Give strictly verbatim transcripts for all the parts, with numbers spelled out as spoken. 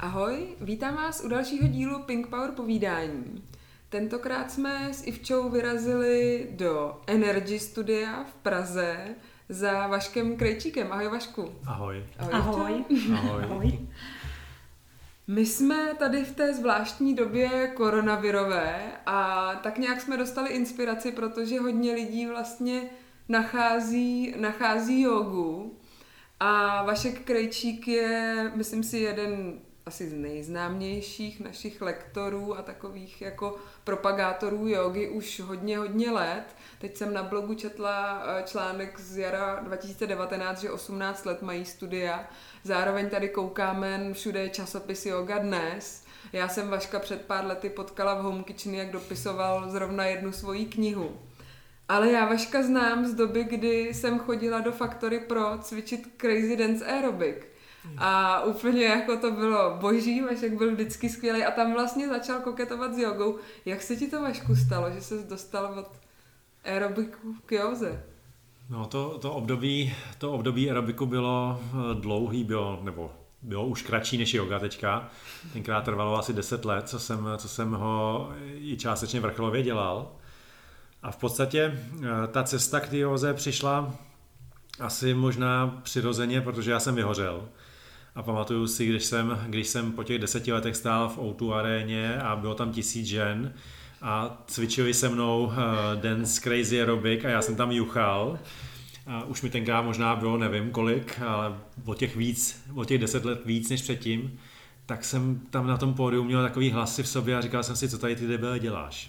Ahoj, vítám vás u dalšího dílu Pink Power povídání. Tentokrát jsme s Ivčou vyrazili do Energy Studia v Praze za Vaškem Krejčíkem. Ahoj Vašku. Ahoj. Ahoj. Ahoj. Ahoj. Ahoj. My jsme tady v té zvláštní době koronavirové a tak nějak jsme dostali inspiraci, protože hodně lidí vlastně nachází, nachází jogu. A Vašek Krejčík je, myslím si, jeden asi z nejznámějších našich lektorů a takových jako propagátorů jógy už hodně, hodně let. Teď jsem na blogu četla článek z jara dva tisíce devatenáct, že osmnáct let mají studia. Zároveň tady koukáme, všude je časopis Yoga Dnes. Já jsem Vaška před pár lety potkala v Home Kitchen, jak dopisoval zrovna jednu svoji knihu. Ale já Vaška znám z doby, kdy jsem chodila do Factory Pro cvičit Crazy Dance Aerobic. A úplně jako to bylo boží, Vašek byl vždycky skvělý a tam vlastně začal koketovat s jogou. Jak se ti to, Vašku, stalo, že ses dostal od aerobiku k józe? No to, to období, to období aerobiku bylo dlouhý, bylo, nebo bylo už kratší než yoga teďka. Tenkrát trvalo asi deset let, co jsem, co jsem ho i částečně vrcholově dělal. A v podstatě ta cesta k té józe přišla asi možná přirozeně, protože já jsem vyhořel. A pamatuju si, když jsem, když jsem po těch deseti letech stál v ó dva aréně a bylo tam tisíc žen a cvičili se mnou dance crazy aerobic a já jsem tam juchal. A už mi tenkrát možná bylo nevím kolik, ale o těch víc, o těch deset let víc než předtím, tak jsem tam na tom pódiu měl takový hlasy v sobě a říkal jsem si, co tady ty debile děláš.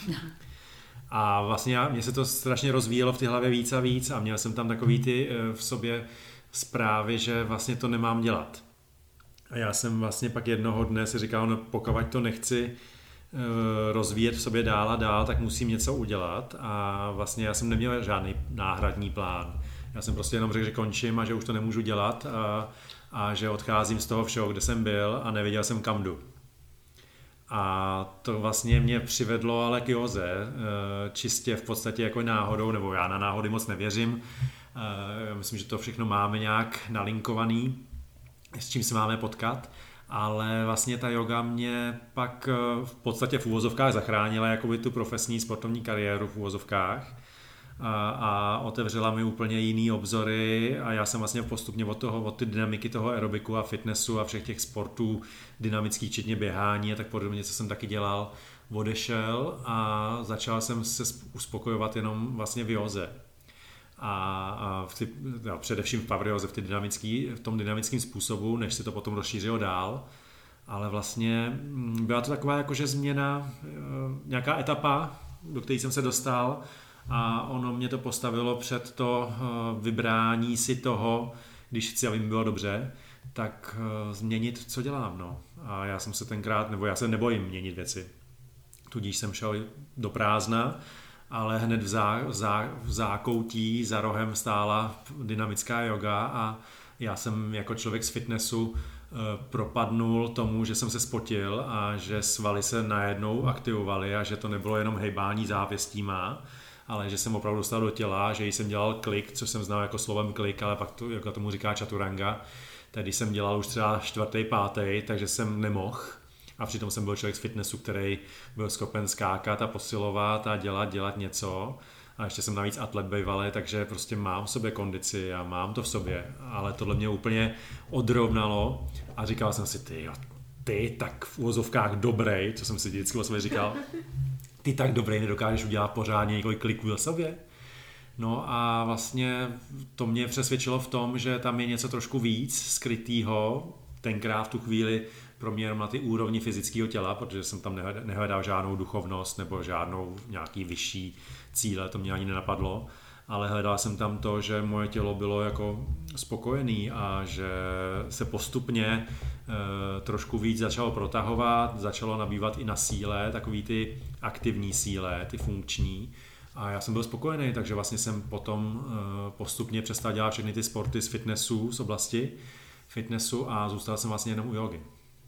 A vlastně mně se to strašně rozvíjelo v té hlavě víc a víc a měl jsem tam takový ty v sobě zprávy, že vlastně to nemám dělat. A já jsem vlastně pak jednoho dne si říkal, no pokud to nechci rozvíjet v sobě dál a dál, tak musím něco udělat a vlastně já jsem neměl žádný náhradní plán. Já jsem prostě jenom řekl, že končím a že už to nemůžu dělat a, a že odcházím z toho všeho, kde jsem byl a nevěděl jsem kam jdu. A to vlastně mě přivedlo ale k józe, čistě v podstatě jako náhodou, nebo já na náhody moc nevěřím. Myslím, že to všechno máme nějak nalinkovaný, s čím se máme potkat, ale vlastně ta yoga mě pak v podstatě v uvozovkách zachránila jakoby tu profesní sportovní kariéru v uvozovkách a, a otevřela mi úplně jiný obzory a já jsem vlastně postupně od toho, od ty dynamiky toho aerobiku a fitnessu a všech těch sportů dynamických, včetně běhání a tak podobně, co jsem taky dělal, odešel a začal jsem se uspokojovat jenom vlastně v józe. A, a v ty, no, především v power józe, v, ty dynamický, v tom dynamickém způsobu, než se to potom rozšířilo dál. Ale vlastně byla to taková jakože změna, nějaká etapa, do které jsem se dostal a ono mě to postavilo před to vybrání si toho, když chci, aby mi bylo dobře, tak změnit, co dělám. No. A já jsem se tenkrát, nebo já se nebojím měnit věci. Tudíž jsem šel do prázdna, ale hned v, zá, v, zá, v zákoutí za rohem stála dynamická yoga a já jsem jako člověk z fitnessu propadnul tomu, že jsem se spotil a že svaly se najednou aktivovaly a že to nebylo jenom hejbání zápěstíma, ale že jsem opravdu dostal do těla, že jsem dělal klik, což jsem znal jako slovem klik, ale pak to, jako tomu říká chaturanga, tedy jsem dělal už třeba čtvrtý, pátý, takže jsem nemohl. A přitom jsem byl člověk z fitnessu, který byl schopen skákat a posilovat a dělat, dělat něco. A ještě jsem navíc atlet bývalý, takže prostě mám v sobě kondici a mám to v sobě. Ale tohle mě úplně odrovnalo a říkal jsem si, ty, ty tak v uvozovkách dobrej, co jsem si vždycky o sobě říkal, ty tak dobrej nedokážeš udělat pořádně několik kliků za sobě. No a vlastně to mě přesvědčilo v tom, že tam je něco trošku víc skrytýho, tenkrát v tu chvíli pro mě jenom na ty úrovni fyzického těla, protože jsem tam nehledal žádnou duchovnost nebo žádnou nějaký vyšší cíle, to mě ani nenapadlo, ale hledal jsem tam to, že moje tělo bylo jako spokojený a že se postupně e, trošku víc začalo protahovat, začalo nabývat i na síle, takový ty aktivní síle, ty funkční. A já jsem byl spokojený, takže vlastně jsem potom e, postupně přestal dělat všechny ty sporty z fitnessu, z oblasti fitnessu a zůstal jsem vlastně jenom u jogy.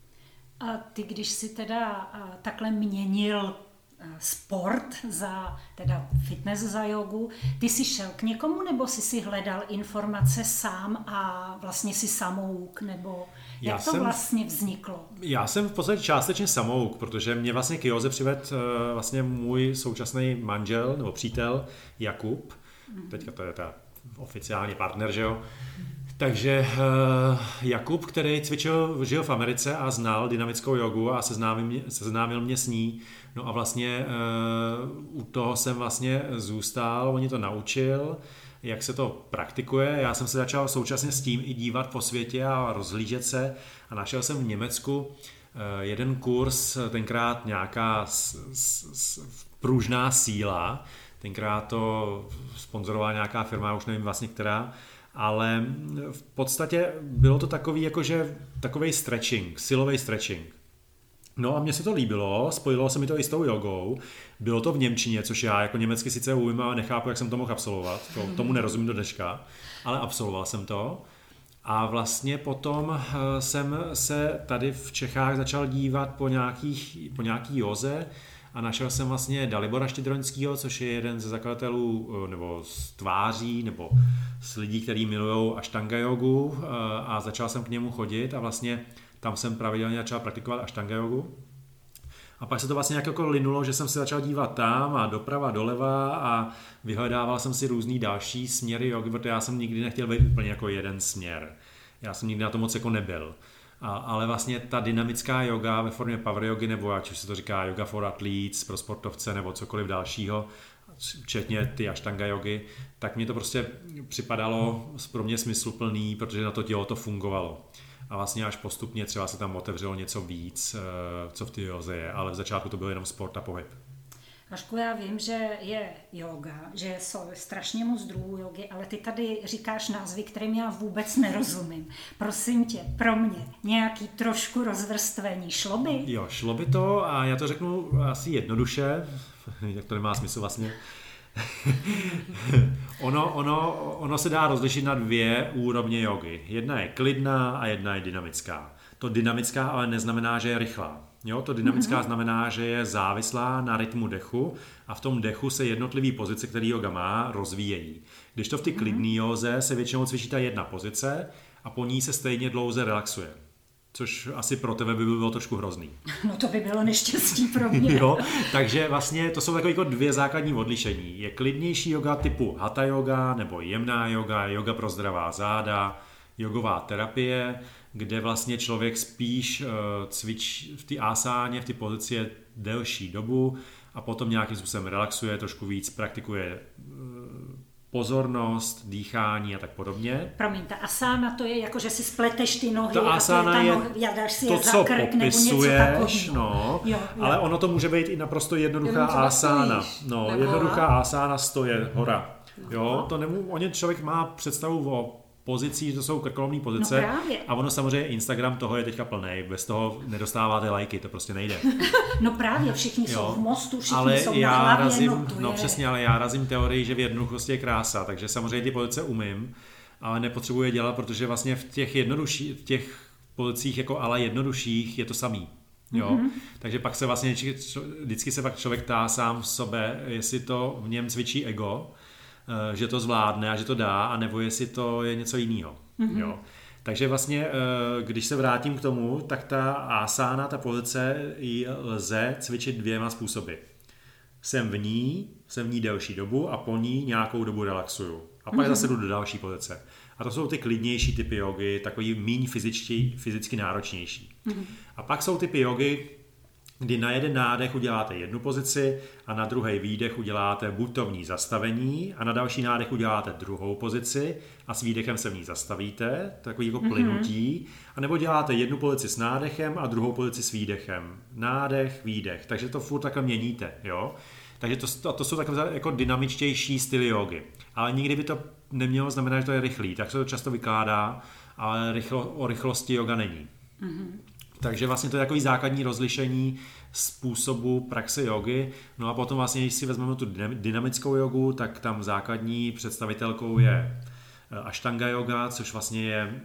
A ty, když si teda takhle měnil sport za teda fitness za jogu, ty jsi šel k někomu nebo jsi si hledal informace sám a vlastně si samouk, nebo Já Jak to jsem, vlastně vzniklo? Já jsem v podstatě částečně samouk, protože mě vlastně k józe přivedl vlastně můj současný manžel nebo přítel Jakub. Mm-hmm. Teďka to je ta oficiální partner, že jo? Takže uh, Jakub, který cvičil, žil v Americe a znal dynamickou jogu a seznámil mě, seznámil mě s ní. No a vlastně uh, u toho jsem vlastně zůstal, on mě to naučil, jak se to praktikuje. Já jsem se začal současně s tím i dívat po světě a rozhlížet se a našel jsem v Německu uh, jeden kurz, tenkrát nějaká s, s, s, pružná síla, tenkrát to sponzorovala nějaká firma, už nevím vlastně která, ale v podstatě bylo to takový, jakože takovej stretching, silový stretching. No a mně se to líbilo, spojilo se mi to i s tou jogou, bylo to v němčině, což já jako německy sice umím, ale nechápu, jak jsem to mohl absolvovat, to, tomu nerozumím do dneška, ale absolvoval jsem to. A vlastně potom jsem se tady v Čechách začal dívat po, nějakých, po nějaký józe, a našel jsem vlastně Dalibora Štědroňského, což je jeden ze zakladatelů nebo z tváří nebo z lidí, kteří milují aštanga jogu, a začal jsem k němu chodit a vlastně tam jsem pravidelně začal praktikovat aštanga jogu. A pak se to vlastně jako linulo, že jsem se začal dívat tam a doprava, doleva a vyhledával jsem si různý další směry jogy, protože já jsem nikdy nechtěl být úplně jako jeden směr. Já jsem nikdy na to moc jako nebyl. A, ale vlastně ta dynamická yoga ve formě power yogy, nebo ať už se to říká yoga for athletes, pro sportovce nebo cokoliv dalšího, včetně ty aštanga jogy, tak mě to prostě připadalo pro mě smysluplný, protože na to tělo to fungovalo. A vlastně až postupně třeba se tam otevřelo něco víc, co v té józe je, ale v začátku to byl jenom sport a pohyb. Vašku, já vím, že je yoga, že jsou strašně moc druhů jogy, ale ty tady říkáš názvy, kterým já vůbec nerozumím. Prosím tě, pro mě nějaký trošku rozvrstvení. Šlo by? Jo, šlo by to a já to řeknu asi jednoduše, jak to nemá smysl vlastně. ono, ono, ono se dá rozlišit na dvě úrovně jogy. Jedna je klidná a jedna je dynamická. To dynamická ale neznamená, že je rychlá. Jo, to dynamická mm-hmm. znamená, že je závislá na rytmu dechu a v tom dechu se jednotlivý pozice, který yoga má, rozvíjejí. Když to v ty klidné józe se většinou cvičí ta jedna pozice a po ní se stejně dlouze relaxuje. Což asi pro tebe by bylo trošku hrozný. No to by bylo neštěstí pro mě. Jo, takže vlastně to jsou takové jako dvě základní odlišení. Je klidnější yoga typu hatha yoga nebo jemná yoga, yoga pro zdravá záda, jogová terapie, kde vlastně člověk spíš cvičí v té asáně, v té pozici je delší dobu a potom nějakým způsobem relaxuje, trošku víc praktikuje pozornost, dýchání a tak podobně. Promiň, ta asána to je jako, že si spleteš ty nohy ta a to je, je nohy, dáš si to, je za krk, nebo něco takového. No, jo, jo. Ale ono to může být i naprosto jednoduchá asána. No, jednoduchá asána stoje, hora. Jo, to nemů, o něm člověk má představu o pozicí, že to jsou krkolomné pozice. No a ono samozřejmě Instagram toho je teďka plnej, bez toho nedostáváte lajky, to prostě nejde. No právě, všichni jo. jsou v mostu, všichni ale jsou já na hlavě, razím, no, no je... přesně, ale já razím teorii, že v jednoduchosti je krása, takže samozřejmě ty pozice umím, ale nepotřebuji je dělat, protože vlastně v těch jednoduších, v těch pozicích jako ale jednodušších je to samý. Jo? Mm-hmm. Takže pak se vlastně, vždycky se pak člověk ptá sám v sobě, jestli to v něm cvičí ego, že to zvládne a že to dá, anebo jestli to je něco jiného. Mm-hmm. Jo. Takže vlastně, když se vrátím k tomu, tak ta asána, ta pozice ji lze cvičit dvěma způsoby. Jsem v ní, jsem v ní delší dobu a po ní nějakou dobu relaxuju. A pak mm-hmm. zase jdu do další pozice. A to jsou ty klidnější typy jogy, takový míň fyzičtí, fyzicky náročnější. Mm-hmm. A pak jsou typy jogy, kdy na jeden nádech uděláte jednu pozici a na druhý výdech uděláte buď to v ní zastavení a na další nádech uděláte druhou pozici a s výdechem se v ní zastavíte, takový jako plynutí, mm-hmm. a nebo děláte jednu pozici s nádechem a druhou pozici s výdechem. Nádech, výdech, takže to furt takhle měníte, jo. Takže to, to jsou takové jako dynamičtější styly jogy. Ale nikdy by to nemělo znamenat, že to je rychlý, tak se to často vykládá, ale rychlo, o rychlosti yoga není. Mm-hmm. Takže vlastně to je takový základní rozlišení způsobu praxe jogy. No a potom vlastně, když si vezmeme tu dynamickou jogu, tak tam základní představitelkou je aštanga yoga, což vlastně je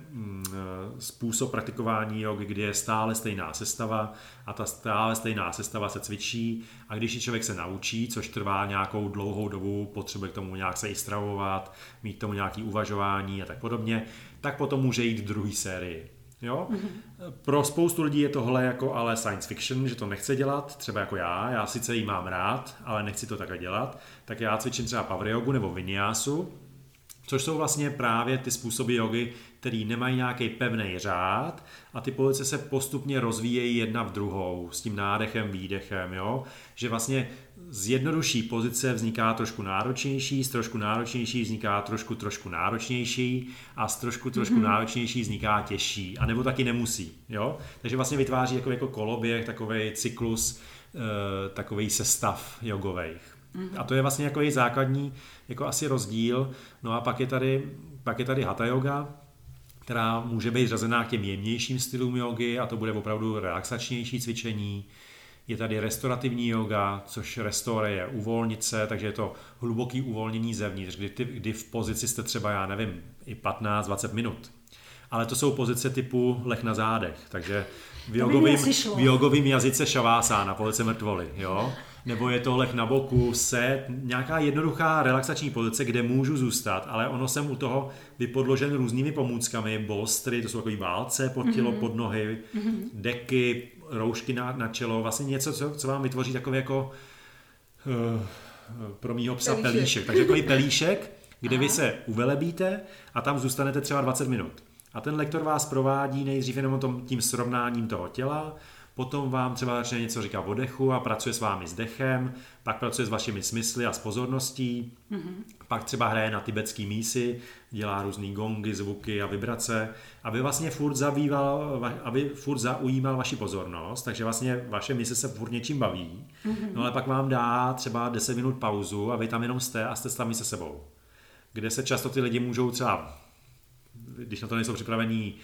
způsob praktikování jogy, kdy je stále stejná sestava a ta stále stejná sestava se cvičí a když člověk se naučí, což trvá nějakou dlouhou dobu, potřebuje k tomu nějak se i stravovat, mít k tomu nějaké uvažování a tak podobně, tak potom může jít v druhé sérii. Jo? Mm-hmm. Pro spoustu lidí je tohle jako ale science fiction, že to nechce dělat, třeba jako já, já sice jí mám rád, ale nechci to takhle dělat, tak já cvičím třeba power jogu nebo vinyásu, což jsou vlastně právě ty způsoby jogy, které nemají nějaký pevný řád a ty pozice se postupně rozvíjejí jedna v druhou s tím nádechem, výdechem, jo? Že vlastně z jednodušší pozice vzniká trošku náročnější, z trošku náročnější vzniká trošku trošku náročnější a z trošku trošku mm-hmm. náročnější vzniká těžší, a nebo taky nemusí, jo? Takže vlastně vytváří jako, jako koloběh, takovej cyklus, e, takovej sestav jogových. Mm-hmm. A to je vlastně jako její základní jako asi rozdíl. No a pak je tady, pak je tady hatha yoga, která může být řazená k těm jemnějším stylům jogy a to bude opravdu relaxačnější cvičení. Je tady restaurativní yoga, což restore je uvolnit se, takže je to hluboký uvolnění zevnitř, kdy, ty, kdy v pozici jste třeba, já nevím, i patnáct dvacet minut. Ale to jsou pozice typu leh na zádech, takže v jogovým, v jogovým jazyce šavásána, pozice mrtvoly, jo? Nebo je to leh na boku, set, nějaká jednoduchá relaxační pozice, kde můžu zůstat, ale ono jsem u toho vypodložen různými pomůckami, bolstry, to jsou takový válce pod tělo, mm-hmm. pod nohy, mm-hmm. deky, roušky na, na čelo, vlastně něco, co, co vám vytvoří takový jako uh, pro mýho psa pelíšek. pelíšek. Takže takový pelíšek, kde Aha. vy se uvelebíte a tam zůstanete třeba dvacet minut. A ten lektor vás provádí nejdřív jenom tom, tím srovnáním toho těla, potom vám třeba začne něco říkat o dechu a pracuje s vámi s dechem, pak pracuje s vašimi smysly a s pozorností, mm-hmm. pak třeba hraje na tibetský mísy, dělá různý gongy, zvuky a vibrace, aby vlastně furt, zabýval, aby furt zaujímal vaši pozornost, takže vlastně vaše mysl se furt něčím baví, mm-hmm. no ale pak vám dá třeba deset minut pauzu a vy tam jenom jste a jste sami se sebou. Kde se často ty lidi můžou třeba, když na to nejsou připravení,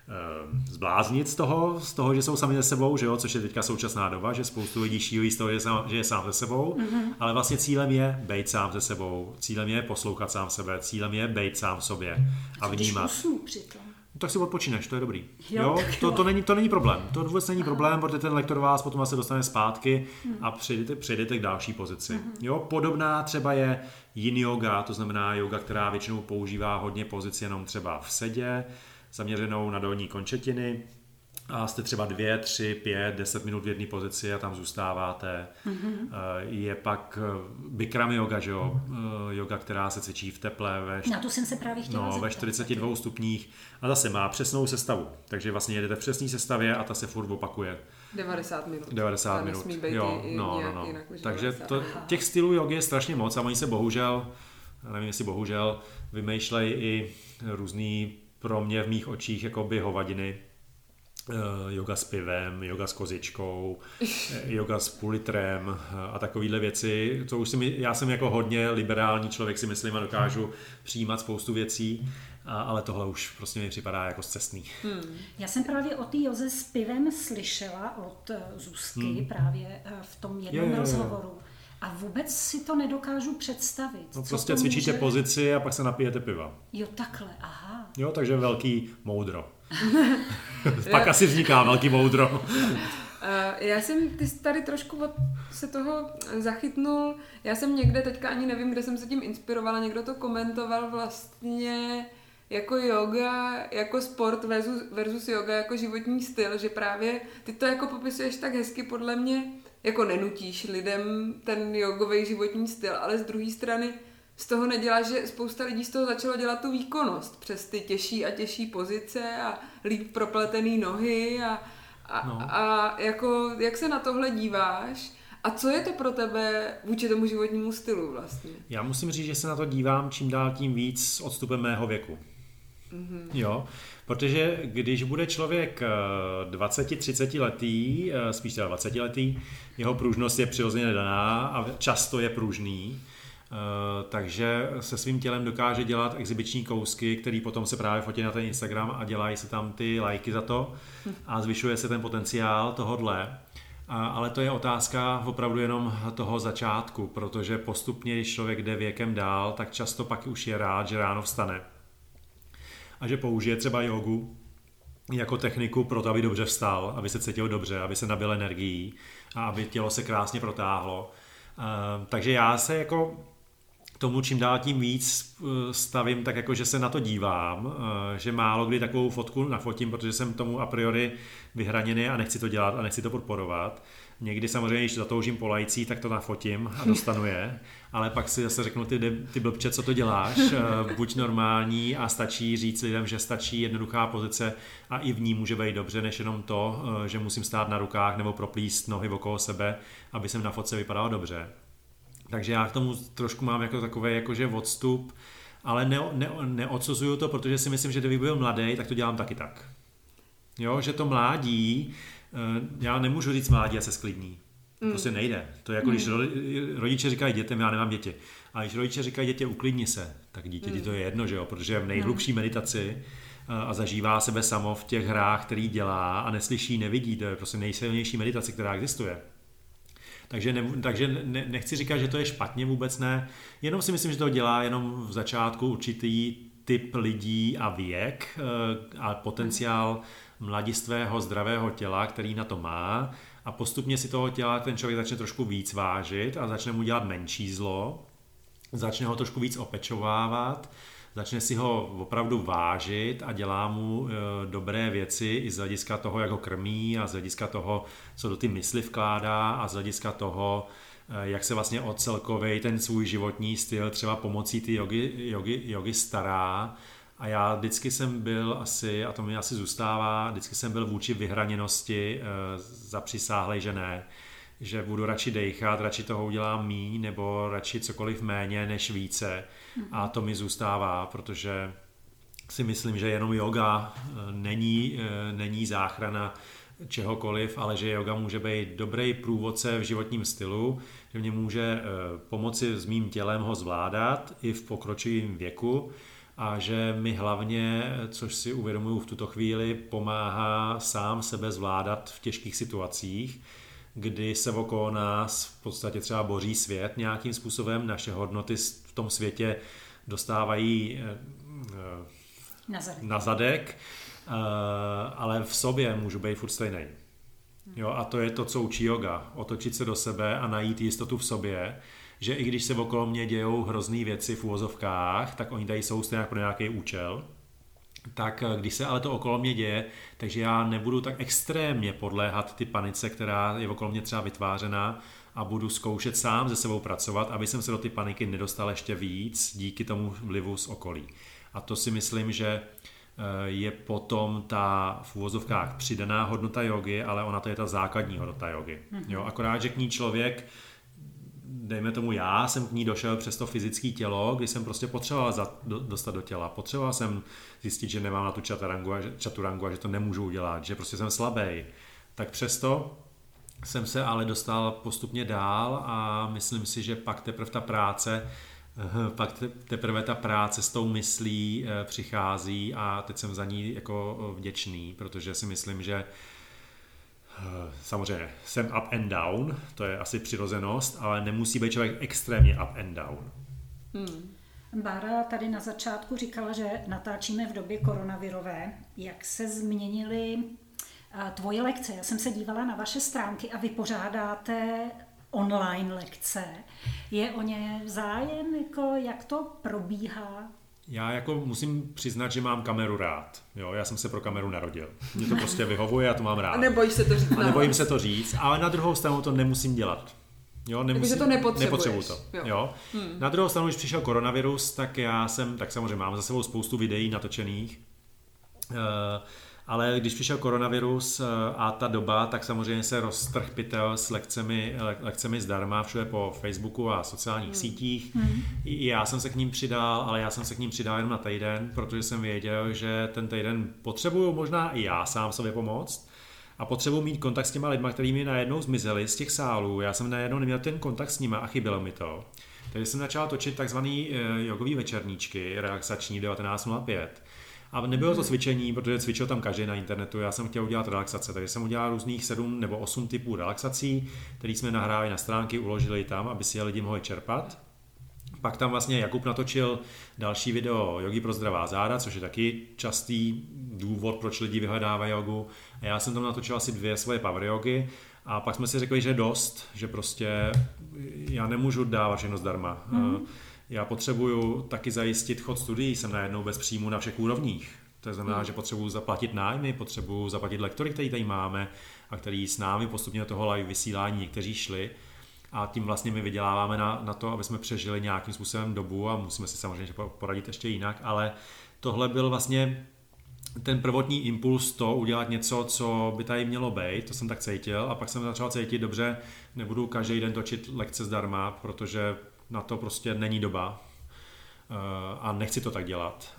zbláznit z toho, z toho, že jsou sami se sebou, že jo, což je teďka současná doba, že spoustu lidí šílí z toho, že, sám, že je sám se sebou, mm-hmm. ale vlastně cílem je bejt sám se sebou, cílem je poslouchat sám sebe, cílem je bejt sám sobě a vnímat. Usnu přitom. No, tak si odpočineš, to je dobrý. Jo, jo, to, to, není, to není problém, to vůbec není Aha. problém, protože ten lektor vás potom asi dostane zpátky mm. a přejdete, přejdete k další pozici. Mm-hmm. Jo, podobná třeba je yin yoga, to znamená yoga, která většinou používá hodně pozici jenom třeba v sedě, zaměřenou na dolní končetiny a jste třeba dvě, tři, pět, deset minut v jedné pozici a tam zůstáváte. Mm-hmm. Je pak Bikram yoga, že jo? Yoga, která se cvičí v teple ve, na to jsem se právě chtěla no, zeptat, ve čtyřiceti dvou stupních a zase má přesnou sestavu. Takže vlastně jedete v přesné sestavě a ta se furt opakuje. devadesát minut. devadesát minut. Jo, no, no, no. Jinak, takže to, těch stylů jogy je strašně moc a oni se bohužel, nevím jestli bohužel, vymýšlejí i různý pro mě v mých očích jakoby hovadiny. Uh, yoga s pivem, yoga s kozičkou, yoga s půl litrem a takovýhle věci. To už si my, já jsem jako hodně liberální člověk, si myslím, a dokážu přijímat spoustu věcí, a, ale tohle už prostě mi připadá jako scestný. Hmm. Já jsem právě o té joze s pivem slyšela od Zuzky hmm. právě v tom jednom je, rozhovoru. A vůbec si to nedokážu představit. No prostě cvičíte může... pozici a pak se napijete piva. Jo, takhle, aha. Jo, takže velký moudro. Pak asi vzniká velký moudro. Já jsem, ty jsi tady trošku se toho zachytnul, já jsem někde, teďka ani nevím, kde jsem se tím inspirovala, někdo to komentoval vlastně jako yoga, jako sport versus, versus yoga jako životní styl, že právě ty to jako popisuješ tak hezky podle mě, jako nenutíš lidem ten jogový životní styl, ale z druhé strany z toho nedělá, že spousta lidí z toho začalo dělat tu výkonnost přes ty těžší a těžší pozice a líp propletený nohy a, a, no. a jako, jak se na tohle díváš a co je to pro tebe vůči tomu životnímu stylu vlastně? Já musím říct, že se na to dívám čím dál tím víc s odstupem mého věku. Mm-hmm. Jo, protože když bude člověk dvacet třicet letý, spíš teda dvacet letý, jeho pružnost je přirozeně daná a často je pružný, takže se svým tělem dokáže dělat exibiční kousky, který potom se právě fotí na ten Instagram a dělají se tam ty lajky za to a zvyšuje se ten potenciál tohodle. Ale to je otázka opravdu jenom toho začátku, protože postupně, když člověk jde věkem dál, tak často pak už je rád, že ráno vstane a že použije třeba jogu jako techniku pro to, aby dobře vstal, aby se cítil dobře, aby se nabil energií a aby tělo se krásně protáhlo. Takže já se jako k tomu čím dál tím víc stavím tak jako, že se na to dívám, že málo kdy takovou fotku nafotím, protože jsem tomu a priori vyhraněný a nechci to dělat a nechci to podporovat. Někdy samozřejmě, když zatoužím po lajcích, tak to nafotím a dostanu je, ale pak si zase řeknu, ty, ty blbče, co to děláš, buď normální a stačí říct lidem, že stačí jednoduchá pozice a i v ní může být dobře, než jenom to, že musím stát na rukách nebo proplíst nohy okolo sebe, aby jsem na fotce vypadal dobře. Takže já k tomu trošku mám jako takový jakože odstup, ale ne, ne, neodsuzuju to, protože si myslím, že kdybych byl mladý, tak to dělám taky tak. Jo, že to mládí, já nemůžu říct mládí a se sklidní. To prostě nejde. To je jako, když rodiče říkají dětem, já nemám děti. A když rodiče říkají děti, uklidni se, tak dítěti to je jedno, že jo, protože je v nejhlubší meditaci a zažívá sebe samo v těch hrách, který dělá a neslyší, nevidí. To je prostě nejsilnější meditace, která existuje. Takže, ne, takže ne, nechci říkat, že to je špatně, vůbec ne. Jenom si myslím, že to dělá jenom v začátku určitý typ lidí a věk a potenciál mladistvého, zdravého těla, který na to má, a postupně si toho těla ten člověk začne trošku víc vážit a začne mu dělat menší zlo, začne ho trošku víc opečovávat, začne si ho opravdu vážit a dělá mu e, dobré věci i z hlediska toho, jak ho krmí a z hlediska toho, co do ty mysli vkládá a z hlediska toho, e, jak se vlastně o celkovej ten svůj životní styl třeba pomocí ty jogy, jogy, jogy stará. A já vždycky jsem byl asi, a to mi asi zůstává, vždycky jsem byl vůči vyhraněnosti e, zapřisáhlej, že ne. Že budu radši dejchat, radši toho udělám míň, nebo radši cokoliv méně než více. A to mi zůstává, protože si myslím, že jenom yoga není, není záchrana čehokoliv, ale že yoga může být dobrý průvodce v životním stylu, že mě může pomoci s mým tělem ho zvládat i v pokročilém věku, a že mi hlavně, což si uvědomuju v tuto chvíli, pomáhá sám sebe zvládat v těžkých situacích, kdy se okolo nás v podstatě třeba boří svět nějakým způsobem, naše hodnoty v tom světě dostávají na zadek, na zadek ale v sobě můžu být furt stejný. Jo, a to je to, co učí yoga. Otočit se do sebe a najít jistotu v sobě, že i když se okolo mě dějou hrozný věci v uvozovkách, tak oni tady jsou stejně pro nějaký účel. Tak když se ale to okolo mě děje, takže já nebudu tak extrémně podléhat ty panice, která je okolo mě třeba vytvářená, a budu zkoušet sám se sebou pracovat, aby jsem se do ty paniky nedostal ještě víc díky tomu vlivu z okolí. A to si myslím, že je potom ta v uvozovkách přidaná hodnota jogy, ale ona to je ta základní hodnota jogy. Jo, akorát, že k ní člověk, dejme tomu já, jsem k ní došel přes to fyzické tělo, kdy jsem prostě potřeboval za, do, dostat do těla. Potřeboval jsem zjistit, že nemám na tu čaturangu a, čaturangu a že to nemůžu udělat, že prostě jsem slabý. Tak přesto jsem se ale dostal postupně dál a myslím si, že pak teprve ta práce, pak teprve ta práce s tou myslí přichází a teď jsem za ní jako vděčný, protože si myslím, že samozřejmě jsem up and down, to je asi přirozenost, ale nemusí být člověk extrémně up and down. Hmm. Bára tady na začátku říkala, že natáčíme v době koronavirové. Jak se změnily tvoje lekce? Já jsem se dívala na vaše stránky a vy pořádáte online lekce. Je o ně zájem, jako jak to probíhá? Já jako musím přiznat, že mám kameru rád. Jo, já jsem se pro kameru narodil. Mě to prostě vyhovuje, já to mám rád. A nebojíš se to říct. A nebojím se to říct, ale na druhou stranu to nemusím dělat. Jo, nemusím, Takže to nepotřebuješ. Nepotřebuju to. Jo. Jo. Hmm. Na druhou stranu, když přišel koronavirus, tak já jsem, tak samozřejmě mám za sebou spoustu videí natočených. Uh, ale když přišel koronavirus a ta doba, tak samozřejmě se roztrh pytel s lekcemi, lekcemi zdarma všude po Facebooku a sociálních hmm. sítích. Hmm. I já jsem se k ním přidal, ale já jsem se k ním přidal jenom na týden, protože jsem věděl, že ten týden potřebuju možná i já sám sobě pomoct a potřebuji mít kontakt s těma lidma, kteří mi najednou zmizeli z těch sálů. Já jsem najednou neměl ten kontakt s nima a chybělo mi to. Takže jsem začal točit takzvaný jogový večerníčky, relaxační devatenáct nula pět. A nebylo to cvičení, protože cvičil tam každý na internetu, já jsem chtěl udělat relaxace, takže jsem udělal různých sedm nebo osm typů relaxací, které jsme nahráli na stránky, uložili tam, aby si je lidi mohli čerpat. Pak tam vlastně Jakub natočil další video Jogi pro zdravá záda, což je taky častý důvod, proč lidi vyhledávají jogu. A já jsem tam natočil asi dvě svoje power jogy. A pak jsme si řekli, že dost, že prostě já nemůžu dávat všechno zdarma. Mm. já potřebuju taky zajistit chod studií, jsem najednou bez příjmu na všech úrovních. To znamená, hmm. že potřebuju zaplatit nájmy, potřebuju zaplatit lektory, který tady máme a který s námi postupně do toho live vysílání někteří šli. A tím vlastně my vyděláváme na, na to, aby jsme přežili nějakým způsobem dobu a musíme si samozřejmě poradit ještě jinak, ale tohle byl vlastně ten prvotní impuls to udělat něco, co by tady mělo být, to jsem tak cítil a pak jsem začal cítit, dobře, nebudu každý den točit lekce zdarma, protože na to prostě není doba a nechci to tak dělat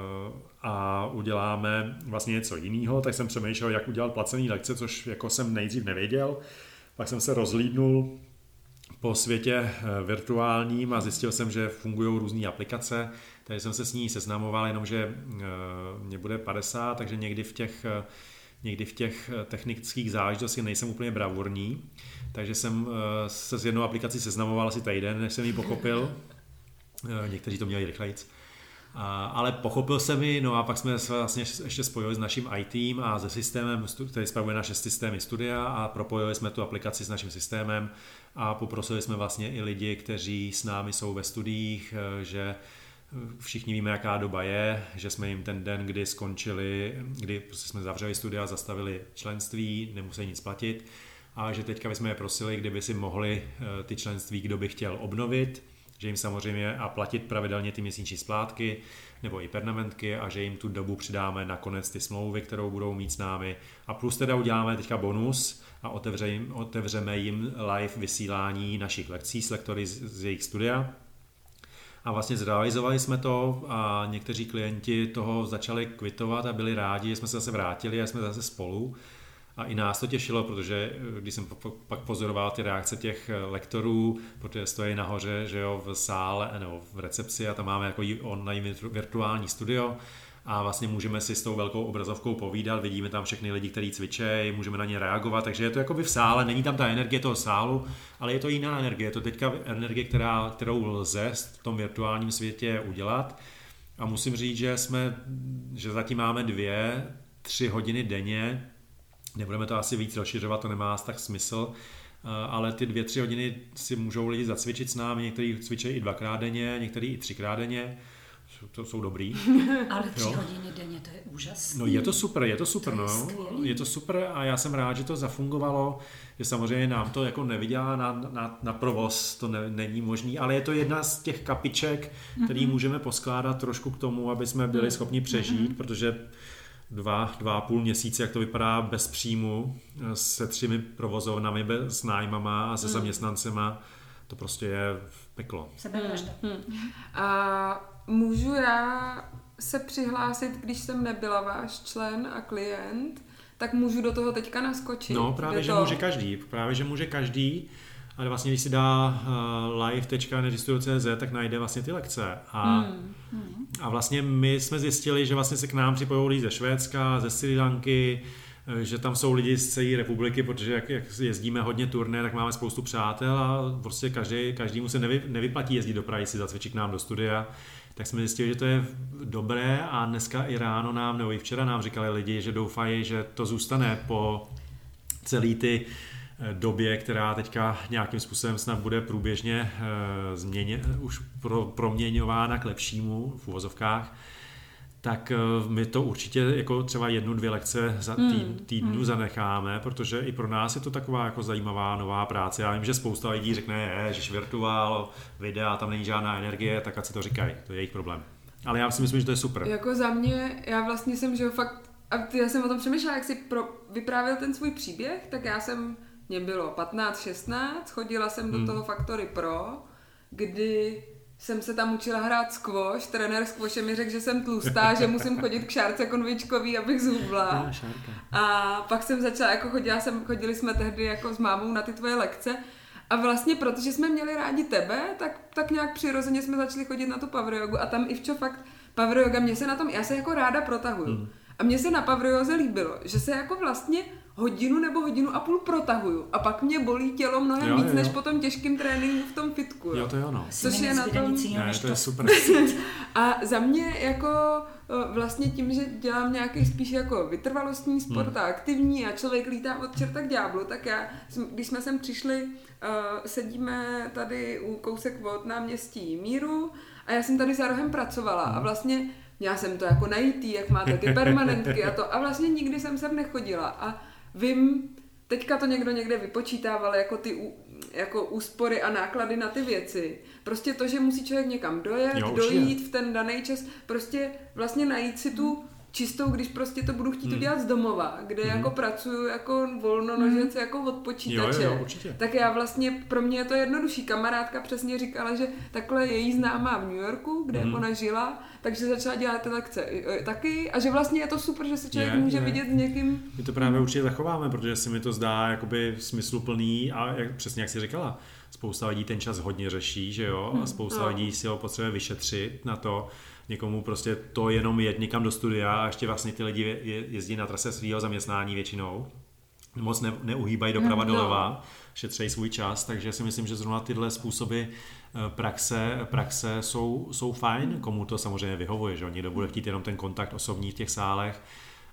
a uděláme vlastně něco jiného, tak jsem přemýšlel, jak udělat placený lekce, což jako jsem nejdřív nevěděl, pak jsem se rozhlídnul po světě virtuálním a zjistil jsem, že fungují různé aplikace, takže jsem se s ní seznamoval, jenomže mě bude padesát, takže někdy v těch, někdy v těch technických záležitostech nejsem úplně bravurní, takže jsem se s jednou aplikací seznamoval asi týden, než jsem ji pochopil, někteří to měli rychlejc. Ale pochopil jsem ji, no a pak jsme se vlastně ještě spojili s naším í té a se systémem, který spravuje naše systémy studia a propojili jsme tu aplikaci s naším systémem a poprosili jsme vlastně i lidi, kteří s námi jsou ve studiích, že všichni víme, jaká doba je, že jsme jim ten den, kdy skončili, kdy prostě jsme zavřeli studia, zastavili členství, nemuseli nic platit a že teďka bychom je prosili, kdyby si mohli ty členství, kdo by chtěl obnovit, že jim samozřejmě a platit pravidelně ty měsíční splátky nebo i pernamentky a že jim tu dobu přidáme nakonec ty smlouvy, kterou budou mít s námi a plus teda uděláme teďka bonus a otevře jim, otevřeme jim live vysílání našich lekcí s lektory z, z jejich studia a vlastně zrealizovali jsme to a někteří klienti toho začali kvitovat a byli rádi, že jsme se zase vrátili a jsme zase spolu. A i nás to těšilo, protože když jsem pak pozoroval ty reakce těch lektorů, protože stojí nahoře, že jo, v sále nebo v recepci a tam máme jako online virtuální studio a vlastně můžeme si s tou velkou obrazovkou povídat, vidíme tam všechny lidi, kteří cvičejí, můžeme na ně reagovat, takže je to jako by v sále, není tam ta energie toho sálu, ale je to jiná energie, je to teďka energie, která, kterou lze v tom virtuálním světě udělat a musím říct, že jsme, že zatím máme dvě, tři hodiny denně. Nebudeme to asi víc rozšiřovat, to nemá tak smysl, ale ty dvě, tři hodiny si můžou lidi zacvičit s námi, někteří cvičí i dvakrát denně, někteří i třikrát denně, to jsou dobrý. Ale tři jo. hodiny denně, to je úžasné. No je to super, je to super, to je no. Skvělý. Je to super a já jsem rád, že to zafungovalo, že samozřejmě nám to jako nevydělá na, na, na provoz, to ne, není možný, ale je to jedna z těch kapiček, který mm-hmm. můžeme poskládat trošku k tomu, aby jsme byli schopni přežít, mm-hmm. protože dva, dva a půl měsíce, jak to vypadá bez příjmu, se třemi provozovnami, s nájmama a se mm. zaměstnancema, to prostě je peklo. Sebevražda. Hmm. Hmm. A můžu já se přihlásit, když jsem nebyla váš člen a klient, tak můžu do toho teďka naskočit? No právě, že to... může každý, právě, že může každý, ale vlastně, když si dá uh, live tečka neregistruju tečka cé zet, tak najde vlastně ty lekce. A, hmm. Hmm. a vlastně my jsme zjistili, že vlastně se k nám připojují lidi ze Švédska, ze Srí Lanky, že tam jsou lidi z celé republiky, protože jak, jak jezdíme hodně turné, tak máme spoustu přátel a prostě každý, každému se nevy, nevyplatí jezdit do Prahy si zacvičit k nám do studia. Tak jsme zjistili, že to je dobré a dneska i ráno nám, nebo i včera nám říkali lidi, že doufají, že to zůstane po celý ty době, která teďka nějakým způsobem snad bude průběžně e, změně, už pro, proměňována k lepšímu v uvozovkách, tak e, my to určitě jako třeba jednu, dvě lekce za tý, týdnu hmm. zanecháme, protože i pro nás je to taková jako zajímavá nová práce. Já vím, že spousta lidí řekne, je, že virtuál, videa, tam není žádná energie, tak ať si to říkají, to je jejich problém. Ale já si myslím, že to je super. Jako za mě, já vlastně jsem, že fakt, a já jsem o tom přemýšlela, jak si pro, vyprávěl ten svůj příběh, tak já jsem mě bylo patnáct šestnáct, chodila jsem hmm. do toho Factory Pro, kdy jsem se tam učila hrát squash, trenér squashe mi řekl, že jsem tlustá, že musím chodit k Šárce Konvičkový, abych zhubla. A pak jsem začala, jako chodila jsem, chodili jsme tehdy jako s mámou na ty tvoje lekce a vlastně protože jsme měli rádi tebe, tak, tak nějak přirozeně jsme začali chodit na tu power jogu a tam i včo fakt power yoga, mě se na tom, já se jako ráda protahuju. Hmm. A mně se na power joze líbilo, že se jako vlastně hodinu nebo hodinu a půl protahuju a pak mě bolí tělo mnohem jo, víc, jo. než po tom těžkým tréninku v tom fitku. Jo, jo to je ono. Což je na tom... Ne, to je super. A za mě jako vlastně tím, že dělám nějaký spíš jako vytrvalostní sport hmm. a aktivní a člověk lítá od čerta k ďáblu, tak já, když jsme sem přišli, uh, sedíme tady u kousek od náměstí Míru a já jsem tady za rohem pracovala hmm. a vlastně měla jsem to jako najítý, jak máte ty permanentky a to a vlastně nikdy jsem sem nechodila a vím, teďka to někdo někde vypočítával jako ty jako úspory a náklady na ty věci. Prostě to, že musí člověk někam dojet, jo, dojít v ten daný čas, prostě vlastně najít si tu čistou, když prostě to budu chtít hmm. udělat z domova, kde hmm. jako pracuju jako volnonožec, hmm. jako od počítače. Jo, jo, určitě. Tak já vlastně, pro mě je to jednodušší. Kamarádka přesně říkala, že takhle její známá v New Yorku, kde hmm. ona žila, takže začala dělat ty lekce taky a že vlastně je to super, že se člověk je, může je. vidět s někým. My to právě určitě zachováme, protože si mi to zdá jakoby smysluplný a jak, přesně jak jsi říkala, spousta lidí ten čas hodně řeší, že jo, a spousta no. lidí si ho potřebuje vyšetřit na to, někomu prostě to jenom jet někam do studia a ještě vlastně ty lidi jezdí na trase svého zaměstnání většinou. Moc ne, neuhýbají doprava no. doleva, šetřejí svůj čas, takže si myslím, že zrovna tyhle způsoby praxe, praxe jsou, jsou fajn, komu to samozřejmě vyhovuje, že někdo bude chtít jenom ten kontakt osobní v těch sálech,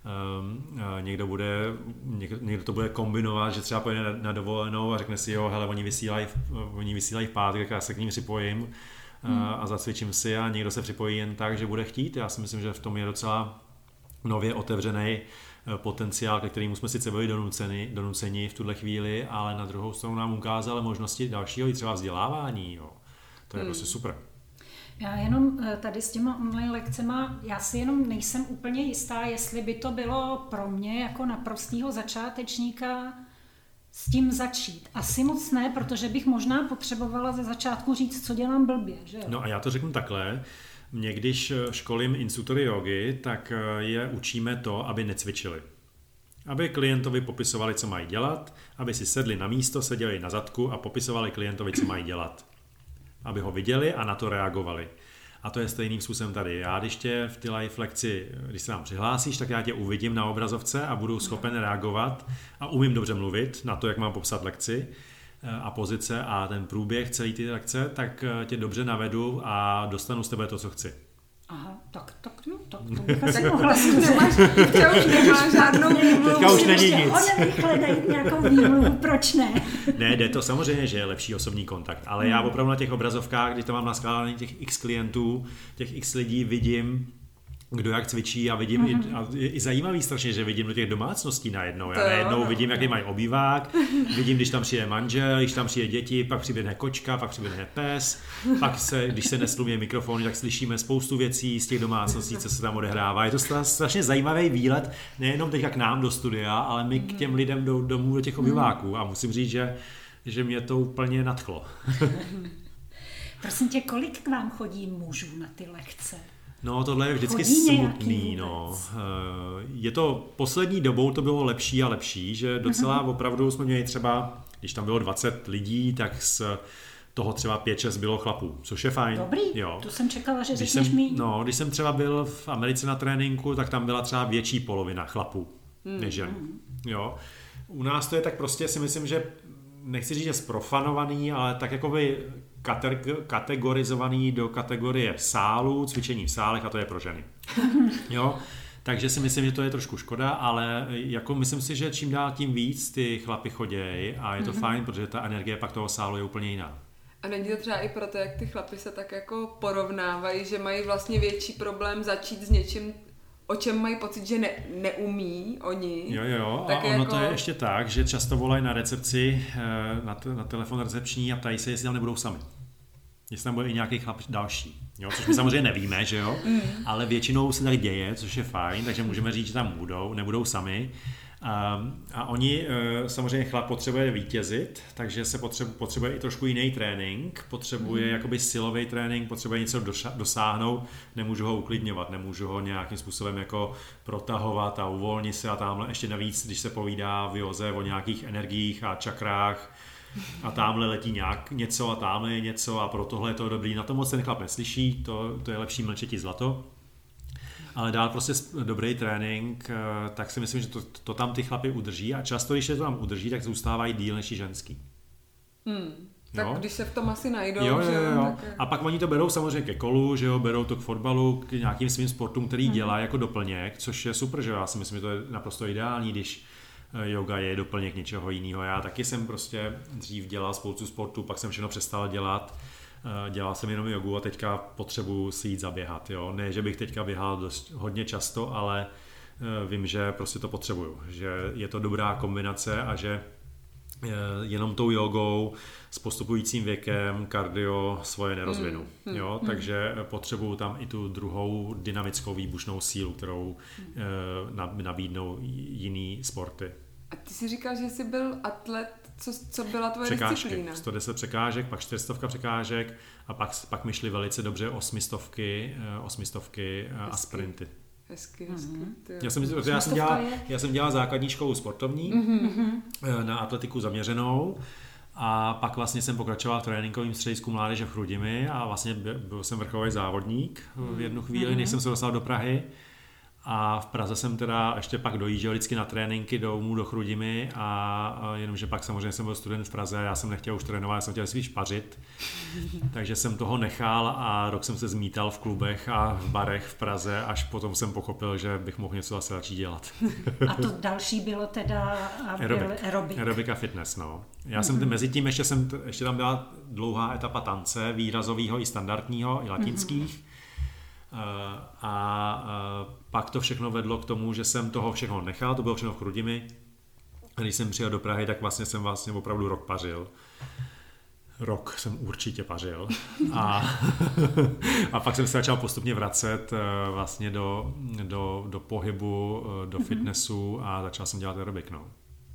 Um, někdo, bude, někdo, někdo to bude kombinovat, že třeba pojede na, na dovolenou a řekne si, jo, hele, oni vysílají, oni vysílají v pátek, tak já se k ním připojím hmm. a zacvičím si a někdo se připojí jen tak, že bude chtít. Já si myslím, že v tom je docela nově otevřený potenciál, ke kterému jsme sice byli donuceni, donuceni v tuhle chvíli, ale na druhou stranu nám ukázal možnosti dalšího i třeba vzdělávání. Jo. To je hmm. prostě super. Já jenom tady s těma online lekcema, já si jenom nejsem úplně jistá, jestli by to bylo pro mě jako naprostýho začátečníka s tím začít. Asi moc ne, protože bych možná potřebovala ze začátku říct, co dělám blbě. Že jo? No a já to řeknu takhle. Mě, když školím instruktory jogy, tak je učíme to, aby necvičili. Aby klientovi popisovali, co mají dělat, aby si sedli na místo, seděli na zadku a popisovali klientovi, co mají dělat. Aby ho viděli a na to reagovali. A to je stejným způsobem tady. Já když tě v ty live lekci, když se nám přihlásíš, tak já tě uvidím na obrazovce a budu schopen reagovat a umím dobře mluvit na to, jak mám popsat lekci a pozice a ten průběh celé ty lekce, tak tě dobře navedu a dostanu z tebe to, co chci. Aha, tak, tak, no, tak to bych asi mohla nemáš, teďka už nemáš žádnou výmluvu. Teďka už není nic. Ona rychle najít nějakou výmluvu, proč ne? Ne, jde to samozřejmě, že je lepší osobní kontakt, ale hmm. já opravdu na těch obrazovkách, když tam mám naskládaný těch x klientů, těch x lidí, vidím, kdo jak cvičí a vidím, mm-hmm. i, a je i zajímavý strašně, že vidím do těch domácností najednou. Já najednou vidím, jaký mají obývák, vidím, když tam přijde manžel, když tam přijde děti, pak přiběhne kočka, pak přiběhne pes, pak se, když se neslumí mikrofony, tak slyšíme spoustu věcí z těch domácností, co se tam odehrává. Je to strašně zajímavý výlet, nejenom teďka k nám do studia, ale my k těm lidem do, domů do těch obýváků a musím říct, že, že mě to úplně nadchlo. Prosím tě, kolik k vám chodí mužů na ty lekce? No, tohle je vždycky smutný, no. Je to, poslední dobou to bylo lepší a lepší, že docela uh-huh. opravdu jsme měli třeba, když tam bylo dvacet lidí, tak z toho třeba pět šest bylo chlapů, což je fajn. Dobrý, jo. To jsem čekala, že když řekneš mi. No, když jsem třeba byl v Americe na tréninku, tak tam byla třeba větší polovina chlapů hmm. než žen. Jo. U nás to je tak prostě, si myslím, že nechci říct, že zprofanovaný, ale tak jakoby kategorizovaný do kategorie sálu, cvičení v sálech a to je pro ženy. Jo? Takže si myslím, že to je trošku škoda, ale jako myslím si, že čím dál tím víc ty chlapy chodějí a je to mm-hmm. fajn, protože ta energie pak toho sálu je úplně jiná. A není to třeba i proto, jak ty chlapy se tak jako porovnávají, že mají vlastně větší problém začít s něčím, o čem mají pocit, že ne, neumí oni. Jo, jo, tak a ono jako... to je ještě tak, že často volají na recepci, na, t- na telefon recepční a ptají se, jestli tam nebudou sami. Jestli tam bude i nějaký chlap další. Jo, což my samozřejmě nevíme, že jo, mm. ale většinou se tak děje, což je fajn, takže můžeme říct, že tam budou, nebudou sami. A, a oni, samozřejmě chlap potřebuje vítězit, takže se potřebuje, potřebuje i trošku jiný trénink, potřebuje mm. jakoby silový trénink, potřebuje něco dosáhnout, nemůžu ho uklidňovat, nemůžu ho nějakým způsobem jako protahovat a uvolnit se a tamhle ještě navíc, když se povídá v józe o nějakých energiích a čakrách, a tamhle letí nějak něco a tamhle je něco a pro tohle je to dobrý. Na to moc ten chlap neslyší, to, to je lepší mlčeti zlato. ale dál prostě dobrý trénink, tak si myslím, že to, to tam ty chlapy udrží a často, když je to tam udrží, tak zůstávají díl než ženský. Hmm. Tak jo? Když se v tom asi najdou, jo, jo, že jo. tak... A pak oni to berou samozřejmě ke kolu, že jo, berou to k fotbalu, k nějakým svým sportům, který hmm. dělá jako doplněk, což je super, že jo, já si myslím, že to je naprosto ideální, když yoga je doplněk něčeho jiného. Já taky jsem prostě dřív dělal spoustu sportů, pak jsem všechno přestal dělat, dělal jsem jenom jogu a teďka potřebuji si jít zaběhat, jo. Ne, že bych teďka běhal dost, hodně často, ale vím, že prostě to potřebuju, že je to dobrá kombinace a že jenom tou jogou s postupujícím věkem kardio svoje nerozvinu. Mm, mm, jo? Mm. Takže potřebuju tam i tu druhou dynamickou výbušnou sílu, kterou mm. nabídnou jiný sporty. A ty jsi říkal, že jsi byl atlet, co, co byla tvoje Překážky. disciplína? sto deset překážek, pak čtyřstovka překážek a pak, pak mi šly velice dobře osmistovky, osmistovky a sprinty. Hezky, hezky. Mm-hmm. Já jsem, já, jsem dělal, já jsem dělal základní školu sportovní mm-hmm. na atletiku zaměřenou a pak vlastně jsem pokračoval v tréninkovém středisku mládeže v Chrudimi a vlastně byl jsem vrcholový závodník v jednu chvíli, mm-hmm. než jsem se dostal do Prahy. A v Praze jsem teda ještě pak dojížděl vždycky na tréninky domů do Chrudimi a, a jenomže pak samozřejmě jsem byl student v Praze a já jsem nechtěl už trénovat, já jsem chtěl spíš pařit. Takže jsem toho nechal a rok jsem se zmítal v klubech a v barech v Praze, až potom jsem pochopil, že bych mohl něco zase začít dělat. A to další bylo teda aerobik. aerobik. Aerobik a fitness, no. Já jsem mm-hmm. mezi tím ještě, jsem, ještě tam byla dlouhá etapa tance, výrazového i standardního, i latinských. Mm-hmm. A, a pak to všechno vedlo k tomu, že jsem toho všechno nechal, to bylo všechno v Chrudimi. A když jsem přijel do Prahy, tak vlastně jsem vlastně opravdu rok pařil. Rok jsem určitě pařil. A, a pak jsem se začal postupně vracet vlastně do, do, do pohybu, do fitnessu a začal jsem dělat aerobik, no.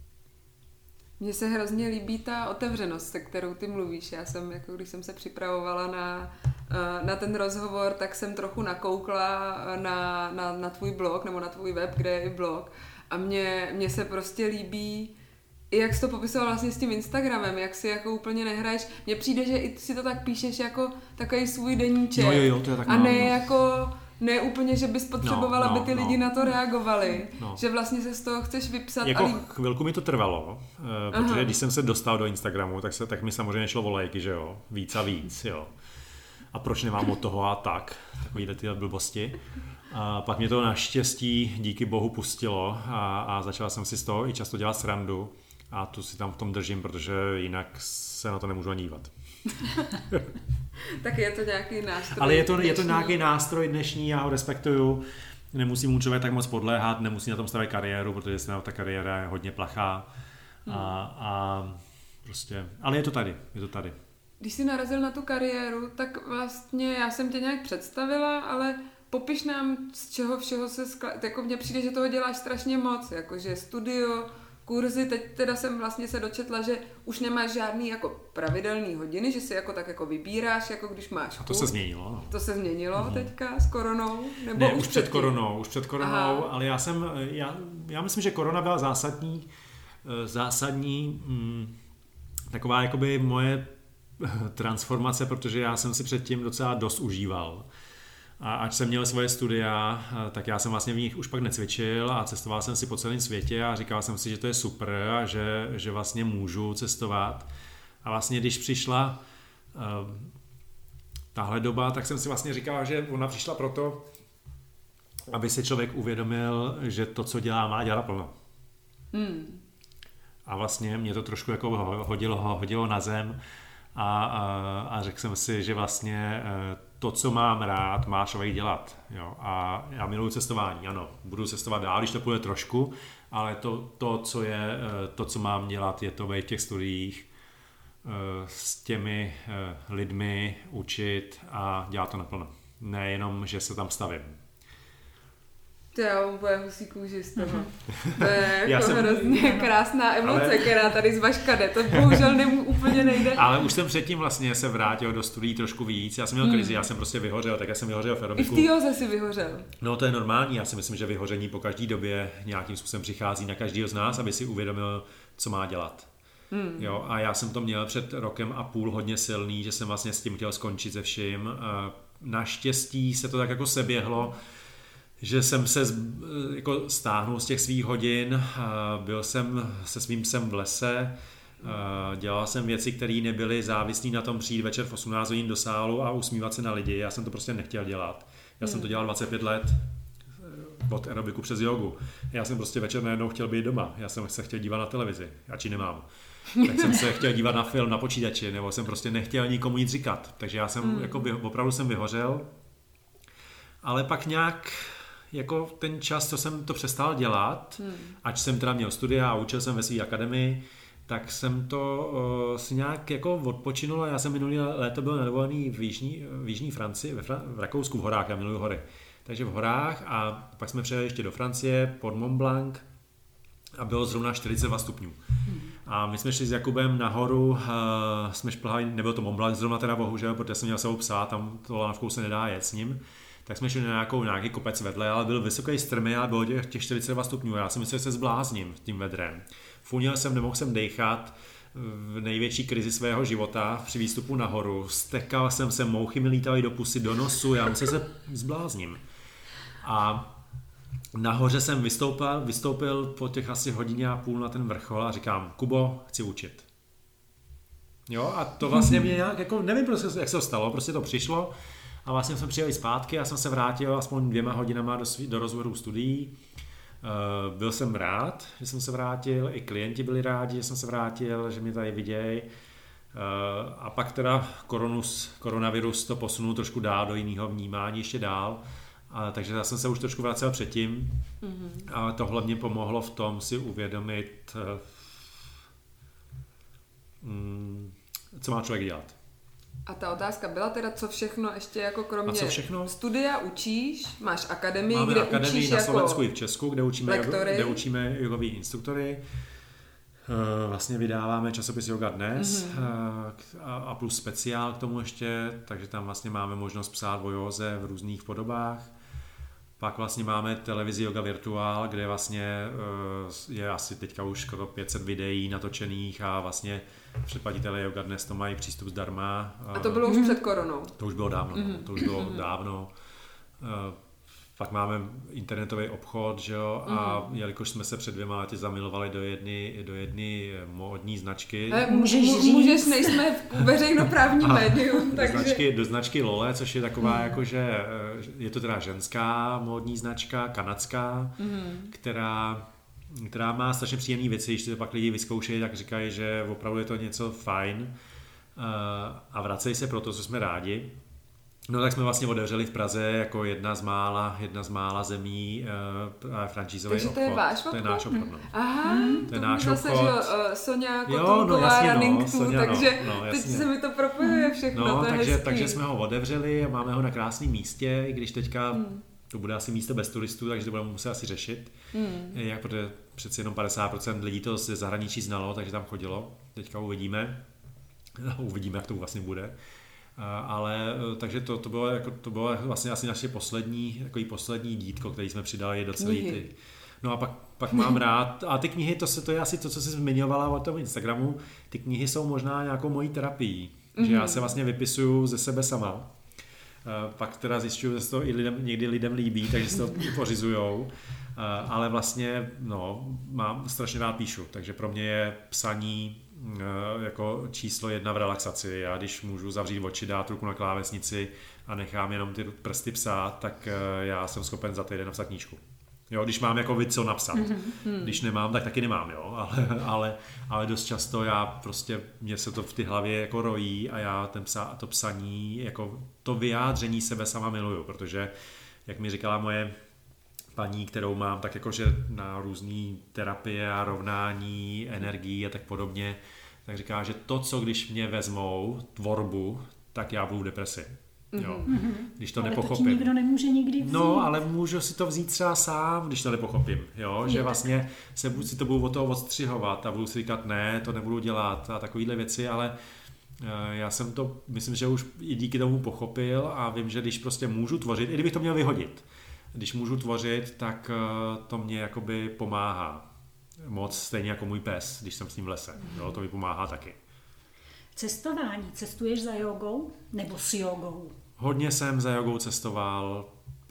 Mně se hrozně líbí ta otevřenost, se kterou ty mluvíš. Já jsem, jako když jsem se připravovala na, na ten rozhovor, tak jsem trochu nakoukla na, na, na tvůj blog, nebo na tvůj web, kde je i blog. A mně, mně se prostě líbí, i jak jsi to popisoval vlastně s tím Instagramem, jak si jako úplně nehraješ. Mně přijde, že i si to tak píšeš jako takový svůj deníček. Jo, jo, jo, to je tak a ne jako... Ne úplně, že bys potřebovala, no, no, aby ty no. lidi na to reagovali. No. Že vlastně se z toho chceš vypsat. Jako ale... chvilku mi to trvalo, protože Aha. když jsem se dostal do Instagramu, tak, se, tak mi samozřejmě šlo o lajky, že jo, víc a víc, jo. A proč nemám od toho a tak, takovýhle ty blbosti. A pak mě to naštěstí díky bohu pustilo a, a začal jsem si z toho i často dělat srandu a tu si tam v tom držím, protože jinak se na to nemůžu ani dívat. Tak je to nějaký nástroj. Ale je to, je to nějaký nástroj dnešní, já ho respektuju. Nemusí mu člověk tak moc podléhat, nemusí na tom stavět kariéru, protože se ta kariéra je hodně plachá. Hmm. A, a prostě, ale je to tady, je to tady. Když jsi narazil na tu kariéru, tak vlastně já jsem tě nějak představila, ale popiš nám, z čeho všeho se skladá. Jako mně přijde, že toho děláš strašně moc, jakože studio, kurzy, teď teda jsem vlastně se dočetla, že už nemáš žádný jako pravidelný hodiny, že si jako tak jako vybíráš, jako když máš A to se změnilo. No. To se změnilo mm. teďka s koronou? Nebo ne, už, už před koronou, už před koronou, Aha. ale já jsem, já, já myslím, že korona byla zásadní, zásadní hm, taková jakoby moje transformace, protože já jsem si předtím docela dost užíval. A ať jsem měl svoje studia, tak já jsem vlastně v nich už pak necvičil a cestoval jsem si po celém světě a říkal jsem si, že to je super a že, že vlastně můžu cestovat. A vlastně když přišla uh, tahle doba, tak jsem si vlastně říkal, že ona přišla proto, aby si člověk uvědomil, že to, co dělá, má dělat plno. Hmm. A vlastně mě to trošku jako hodilo, hodilo na zem a, a, a řekl jsem si, že vlastně to, co mám rád, má člověk dělat. Jo? A já miluji cestování, ano, budu cestovat dál, když to půjde trošku, ale to, to, co je, to, co mám dělat, je to být v těch studiích, s těmi lidmi učit a dělat to naplno. Nejenom, že se tam stavím. To já mám úplně husí kůži z toho. To je jako jsem, hrozně krásná emoce, ale, která tady z Vaška jde. To bohužel nemů, úplně nejde. Ale už jsem předtím vlastně se vrátil do studií trošku víc. Já jsem měl krizi, hmm. já jsem prostě vyhořel, tak já jsem vyhořel v aerobiku. I v té joze si vyhořel. No to je normální, já si myslím, že vyhoření po každý době nějakým způsobem přichází na každého z nás, aby si uvědomil, co má dělat. Hmm. Jo, a já jsem to měl před rokem a půl hodně silný, že jsem vlastně s tím chtěl skončit se vším. Naštěstí se to tak jako seběhlo, že jsem se jako stáhnul z těch svých hodin, byl jsem se svým psem v lese, dělal jsem věci, které nebyly závislé na tom přijít večer v osmnáct hodin do sálu a usmívat se na lidi. Já jsem to prostě nechtěl dělat. Já jsem to dělal dvacet pět let od aerobiku přes jogu. Já jsem prostě večer najednou chtěl být doma. Já jsem se chtěl dívat na televizi. Já či nemám. Tak jsem se chtěl dívat na film, na počítači, nebo jsem prostě nechtěl nikomu nic říkat. Takže já jsem, mm. jako by, opravdu jsem vyhořel. Ale pak nějak jako ten čas, co jsem to přestal dělat, mm. ač jsem teda měl studia a učil jsem ve své akademii, tak jsem to uh, si nějak jako odpočinul a já jsem minulý léto byl na dovolený v jižní, v jižní Francii, ve Fra- v Rakousku v horách, já miluji hory. Takže v horách a pak jsme přijeli ještě do Francie pod Mont Blanc a bylo zrovna čtyřicet dva stupňů. Hmm. A my jsme šli s Jakubem nahoru, uh, jsme šplhali, nebyl to Mont Blanc zrovna teda bohužel, protože jsem měl sebou psa, tam to lanovkou se nedá jet s ním. Tak jsme šli na nějakou, nějaký kopec vedle, ale byl vysoký strmy a bylo těch, těch čtyřicet dva stupňů. Já jsem myslel, že se zblázním tím vedrem. Funil jsem, nemohl jsem dechat v největší krizi svého života při výstupu nahoru. Stekal jsem se, mouchy mi lítaly do pusy, do nosu, já musel se zblázním. A nahoře jsem vystoupil, vystoupil po těch asi hodině a půl na ten vrchol a říkám, Kubo, chci učit. Jo, a to vlastně mě nějak, jako nevím, prostě, jak se to stalo, prostě to přišlo a vlastně jsem přijel zpátky a jsem se vrátil aspoň dvěma hodinama do, svý, do rozhovorů studií. Uh, byl jsem rád, že jsem se vrátil, i klienti byli rádi, že jsem se vrátil, že mě tady vidějí. Uh, a pak teda koronus, koronavirus to posunul trošku dál do jiného vnímání, ještě dál. A, takže já jsem se už trošku vracel předtím. Mm-hmm. A tohle mě pomohlo v tom si uvědomit, um, co má člověk dělat. A ta otázka byla teda, co všechno ještě jako kromě a co všechno? Studia učíš, máš akademii, Máme kde akademii učíš na jako Slovensku i v Česku, kde učíme, lektory. kde učíme jogový instruktory. Vlastně vydáváme časopis Yoga Dnes mm-hmm. a, a plus speciál k tomu ještě, takže tam vlastně máme možnost psát o józe v různých podobách. Pak vlastně máme televizi Yoga Virtuál, kde vlastně je asi teďka už skoro pět set videí natočených a vlastně předplatitelé Yoga Dnes to mají přístup zdarma. A to bylo mm-hmm. už před koronou? To už bylo dávno, mm-hmm. to už bylo mm-hmm. dávno. Pak máme internetový obchod, že jo, a mm. jelikož jsme se před dvěma lety zamilovali do jedny, do jedny módní značky. Ale můžeš, můžeš, nejsme v veřejnoprávním médium, do takže... Značky, do značky Lole, což je taková mm. jakože, je to teda ženská módní značka, kanadská, mm. která, která má strašně příjemné věci, když to pak lidi vyzkoušejí, tak říkají, že opravdu je to něco fajn a vracejí se proto, co jsme rádi. No tak jsme vlastně otevřeli v Praze jako jedna z mála, jedna z mála zemí uh, franšízový obchod. Takže to je váš obchod? To je náš obchod, no. Aha, to je to náš zase, obchod. Že uh, Soňa no, Kotulková no, Running Soňa, takže no, no, teď se mi to propojuje všechno, no, to je takže, hezký. takže jsme ho otevřeli a máme ho na krásném místě, i když teďka hmm. to bude asi místo bez turistů, takže to budeme muset asi řešit. Hmm. Jak, protože přeci jenom padesát procent lidí to ze zahraničí znalo, takže tam chodilo. Teďka uvidíme. uvidíme, jak to vlastně bude. Ale takže to, to, bylo, jako, to bylo vlastně asi naše poslední, takový poslední dítko, který jsme přidali do celé ty. No a pak, pak mám rád, a ty knihy, to, se, to je asi to, co jsi zmiňovala o tom Instagramu, ty knihy jsou možná nějakou mojí terapií, mm-hmm. že já se vlastně vypisuju ze sebe sama. Pak teda zjišťuju, že se to i lidem, někdy lidem líbí, takže si to pořizujou. Ale vlastně, no, mám strašně rád píšu, takže pro mě je psaní jako číslo jedna v relaxaci. Já když můžu zavřít oči, dát ruku na klávesnici a nechám jenom ty prsty psát, tak já jsem schopen za týden napsat knížku. Jo, když mám jako vid co napsat. Mm-hmm. Když nemám, tak taky nemám, jo. Ale, ale, ale dost často já prostě, mě se to v ty hlavě jako rojí a já ten psa, to psaní, jako to vyjádření sebe sama miluju, protože, jak mi říkala moje paní, kterou mám, tak jakože na různý terapie a rovnání energií a tak podobně, tak říká, že to, co když mě vezmou tvorbu, tak já budu v depresi. Jo. Mm-hmm. Když to ale nepochopím. Ale to ti nikdo nemůže nikdy vzít. No, ale můžu si to vzít třeba sám, když to nepochopím. Jo? Že vlastně se buď si to budu od toho odstřihovat a budu si říkat, ne, to nebudu dělat a takovýhle věci, ale já jsem to, myslím, že už i díky tomu pochopil a vím, že když prostě můžu tvořit, i kdybych to měl vyhodit, když můžu tvořit, tak to mě jakoby pomáhá moc, stejně jako můj pes, když jsem s ním v lese. Jo? To mi pomáhá taky. Cestování. Cestuješ za jogou nebo s jogou? Hodně jsem za jogou cestoval,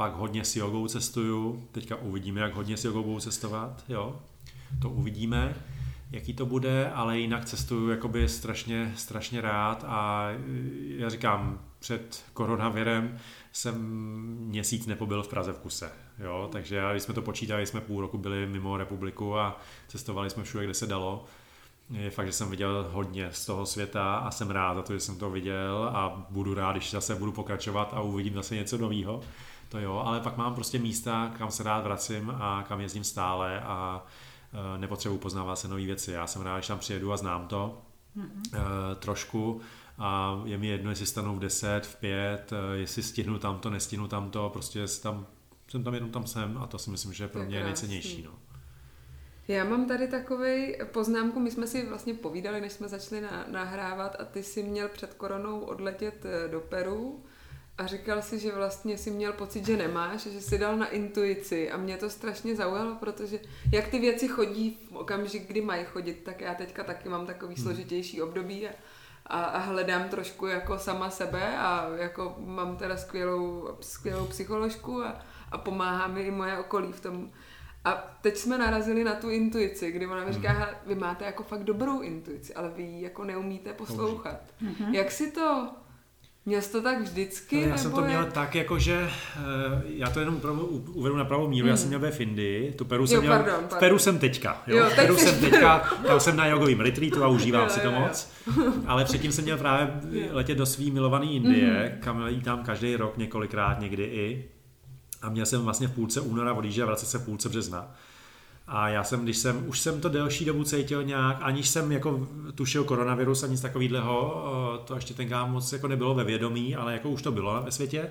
pak hodně s jogou cestuju, teďka uvidíme, jak hodně s jogou budu cestovat, jo, to uvidíme, jaký to bude, ale jinak cestuju jakoby strašně, strašně rád a já říkám, před koronavirem jsem měsíc nepobyl v Praze v kuse, jo, takže já, když jsme to počítali, jsme půl roku byli mimo republiku a cestovali jsme všude, kde se dalo. Je fakt, že jsem viděl hodně z toho světa a jsem rád za to, že jsem to viděl a budu rád, když zase budu pokračovat a uvidím zase něco nového. To jo, ale pak mám prostě místa, kam se rád vracím a kam jezdím stále a nepotřebuji poznávat se nové věci. Já jsem rád, když tam přijedu a znám to mm-hmm. trošku a je mi jedno, jestli stanu v deset, v pět, jestli stihnu tamto, nestihnu tamto, prostě tam, jsem tam jenom tam jsem a to si myslím, že pro mě je nejcennější. No. Já mám tady takovej poznámku, my jsme si vlastně povídali, než jsme začali na, nahrávat a ty jsi měl před koronou odletět do Peru a říkal si, že vlastně si měl pocit, že nemáš, že jsi dal na intuici a mě to strašně zaujalo, protože jak ty věci chodí v okamžik, kdy mají chodit, tak já teďka taky mám takový složitější období a, a, a hledám trošku jako sama sebe a jako mám teda skvělou, skvělou psycholožku a, a pomáhá mi i moje okolí v tom. A teď jsme narazili na tu intuici, kdy ona mi říká, hmm. vy máte jako fakt dobrou intuici, ale vy ji jako neumíte poslouchat. Hmm. Jak si to... Měl jsi to tak vždycky? No, já nebo jsem to měl jak... tak, jakože já to jenom uvedu na pravou míru, mm. já jsem měl ve Indii, tu Peru jsem jo, měl, pardon, pardon. v Peru jsem teďka, jo, jo v Peru jsem teďka, tam jsem na jogovým retreatu a užívám jo, si to jo, moc, jo. Ale předtím jsem měl právě letět do svý milovaný Indie, mm. kam lítám každý rok několikrát, někdy i, a měl jsem vlastně v půlce února odjíždět a vracet se v půlce března. A já jsem, když jsem, už jsem to delší dobu cítil nějak, aniž jsem jako tušil koronavirus a nic takového, to ještě tenkrát moc jako nebylo ve vědomí, ale jako už to bylo ve světě.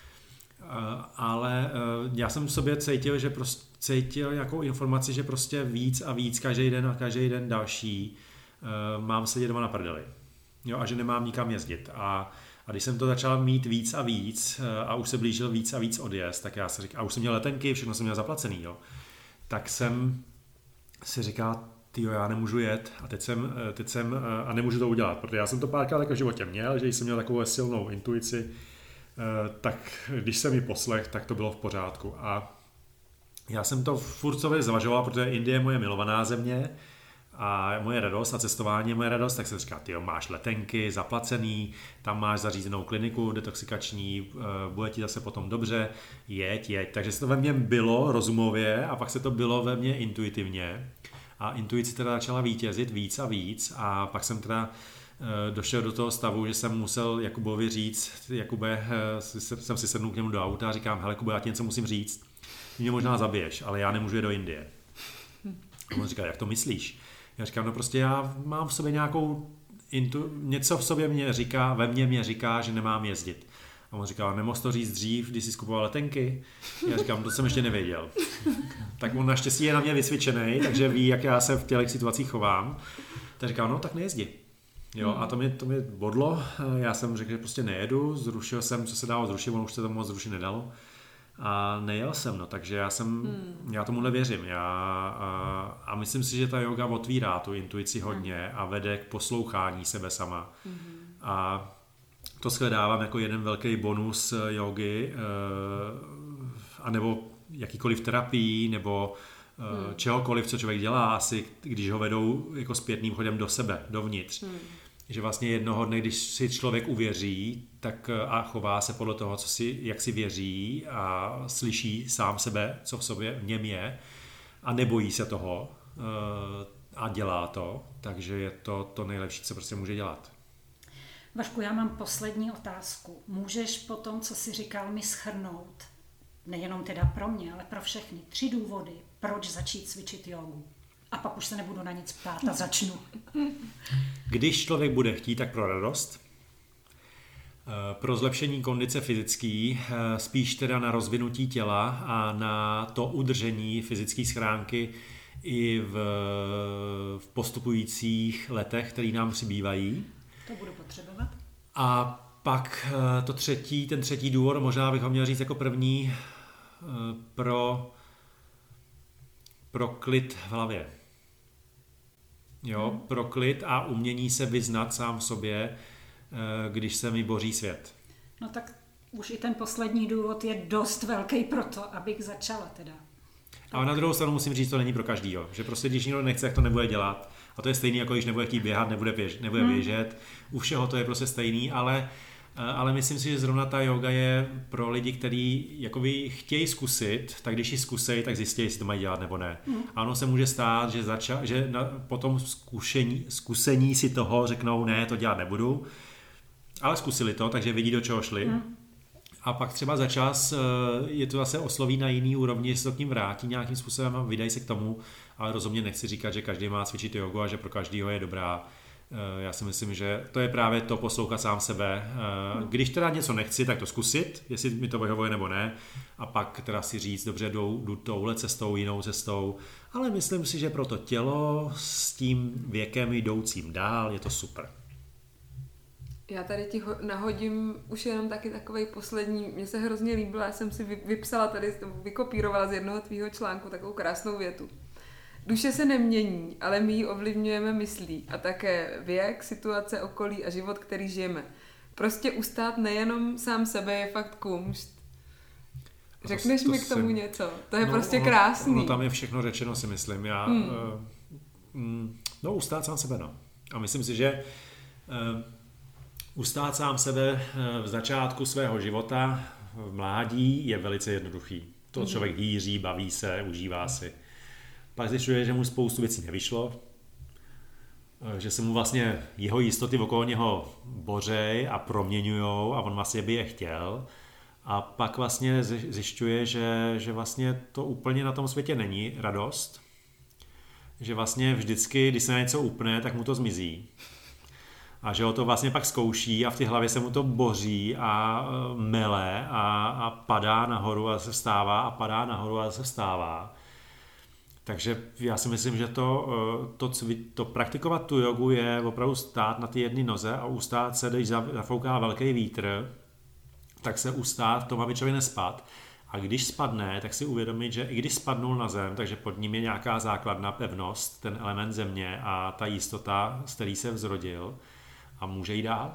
Ale já jsem v sobě cítil, že prostě cítil nějakou informaci, že prostě víc a víc, každý den a každý den další mám sedět doma na prdeli. Jo, a že nemám nikam jezdit. A, a když jsem to začal mít víc a víc a už se blížil víc a víc odjezd, tak já si říkal, a už jsem měl letenky, všechno jsem měl zaplacený, jo. Tak jsem si říkal, tyjo, já nemůžu jet a teď jsem, teď jsem, a nemůžu to udělat, protože já jsem to párkrát jako v životě měl, že jsem měl takovou silnou intuici, tak když jsem ji poslech, tak to bylo v pořádku. A já jsem to furt sobě zvažoval, protože Indie je moje milovaná země a moje radost a cestování je moje radost, tak jsem říkal, tyjo, máš letenky zaplacený, tam máš zařízenou kliniku detoxikační, bude ti zase potom dobře, jeď, jeď. Takže se to ve mně bylo rozumově a pak se to bylo ve mně intuitivně a intuice teda začala vítězit víc a víc a pak jsem teda došel do toho stavu, že jsem musel Jakubovi říct, Jakube, jsem si sednul k němu do auta a říkám, hele Jakube, já ti něco musím říct, ty mě možná zabiješ, ale já nemůžu jít do Indie. A on říká, jak to myslíš? Já říkám, no prostě já mám v sobě nějakou, intu, něco v sobě mě říká, ve mně mě říká, že nemám jezdit. A on říká, nemohl to říct dřív, když jsi skupoval letenky? Já říkám, to jsem ještě nevěděl. Tak on naštěstí je na mě vysvědčený, takže ví, jak já se v těch situacích chovám. Tak říkám, no tak nejezdi. Jo, a to mě, to mě bodlo, já jsem řekl, že prostě nejedu, zrušil jsem, co se dalo zrušit, on už se to moc zrušit nedalo. A nejel jsem, no, takže já jsem, hmm. já tomuhle věřím. Já, a, a myslím si, že ta yoga otvírá tu intuici hodně a vede k poslouchání sebe sama. Hmm. A to shledávám jako jeden velký bonus jogy, anebo jakýkoliv terapii, nebo hmm. čehokoliv, co člověk dělá, asi když ho vedou jako zpětným chodem do sebe, dovnitř. Hmm. Že vlastně jednoho dne, když si člověk uvěří, tak a chová se podle toho, co si, jak si věří a slyší sám sebe, co v sobě v něm je a nebojí se toho a dělá to, takže je to to nejlepší, co prostě může dělat. Vašku, já mám poslední otázku. Můžeš po tom, co jsi říkal, mi shrnout, nejenom teda pro mě, ale pro všechny, tři důvody, proč začít cvičit jogu? A pak už se nebudu na nic ptát a začnu. Když člověk bude chtít, tak pro radost, pro zlepšení kondice fyzický, spíš teda na rozvinutí těla a na to udržení fyzické schránky i v, v postupujících letech, které nám přibývají. To budu potřebovat. A pak to třetí, ten třetí důvod, možná bych ho měl říct jako první, pro, pro klid v hlavě. Jo, hmm. pro klid a umění se vyznat sám v sobě, když se mi boří svět. No tak už i ten poslední důvod je dost velký pro to, abych začala teda. Ale na druhou stranu musím říct, to není pro každýho, že prostě když někdo nechce, tak to nebude dělat. A to je stejný, jako když nebude chtít běhat, nebude, běž, nebude hmm. běžet. U všeho to je prostě stejný, ale, ale myslím si, že zrovna ta yoga je pro lidi, kteří jakoby chtějí zkusit, tak když ji zkusej, tak zjistí, jestli to mají dělat nebo ne. Hmm. A ono se může stát, že, zača, že na, po tom zkušení, zkusení si toho řeknou, ne, to dělat nebudu, ale zkusili to, takže vidí, do čeho šli. Hmm. A pak třeba za čas je to zase osloví na jiný úrovni, že se to k ním vrátí nějakým způsobem a vydají se k tomu, ale rozhodně nechci říkat, že každý má cvičit jogu a že pro každýho je dobrá. Já si myslím, že to je právě to poslouchat sám sebe. Když teda něco nechci, tak to zkusit, jestli mi to vyhovuje nebo ne. A pak teda si říct, dobře, jdu, jdu touhle cestou, jinou cestou. Ale myslím si, že pro to tělo s tím věkem jdoucím dál je to super. Já tady ti ho- nahodím už jenom taky takovej poslední, mně se hrozně líbilo, já jsem si vypsala tady, vykopírovala z jednoho tvýho článku takovou krásnou větu. Duše se nemění, ale my ji ovlivňujeme myslí a také věk, situace, okolí a život, který žijeme. Prostě ustát nejenom sám sebe je fakt kumšt. Řekneš to, to mi k tomu jsem... něco? To je no, prostě ono, krásný. Ono tam je všechno řečeno, si myslím. Já, hmm. uh, no ustát sám sebe, no. A myslím si, že uh, ustát sám sebe v začátku svého života, v mládí, je velice jednoduchý. To člověk hýří, baví se, užívá si. Pak zjišťuje, že mu spoustu věcí nevyšlo, že se mu vlastně jeho jistoty okolo něho bořej a proměňujou a on vlastně by je chtěl. A pak vlastně zjišťuje, že, že vlastně to úplně na tom světě není radost. Že vlastně vždycky, když se na něco upne, tak mu to zmizí. A že ho to vlastně pak zkouší a v té hlavě se mu to boří a mele a, a padá nahoru a se vstává a padá nahoru a se vstává. Takže já si myslím, že to, to, to praktikovat tu jogu je opravdu stát na ty jedné noze a ustát se, když zafouká velký vítr, tak se ustát v tom, aby člověk nespad. A když spadne, tak si uvědomit, že i když spadnul na zem, takže pod ním je nějaká základná pevnost, ten element země a ta jistota, z který se vzrodil a může jít dál.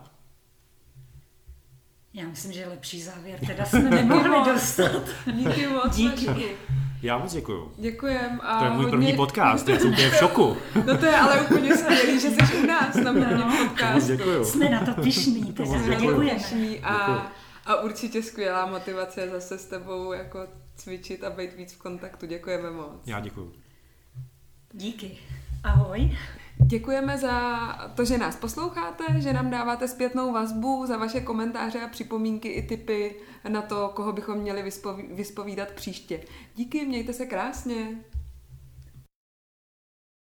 Já myslím, že lepší závěr teda jsme nemohli dostat. Díky moc. Díky. Já moc děkuju. Děkujem. A to je můj hodně... první podcast, já jsem úplně v šoku. No to je ale úplně skvělý, že jsi u nás na prvním No, podcastu. Děkuju. Jsme na to pyšní. To moc Děkujeme. A, a určitě skvělá motivace zase s tebou jako cvičit a být víc v kontaktu. Děkujeme moc. Já děkuju. Díky. Ahoj. Děkujeme za to, že nás posloucháte, že nám dáváte zpětnou vazbu, za vaše komentáře a připomínky i tipy na to, koho bychom měli vyspovídat příště. Díky, mějte se krásně.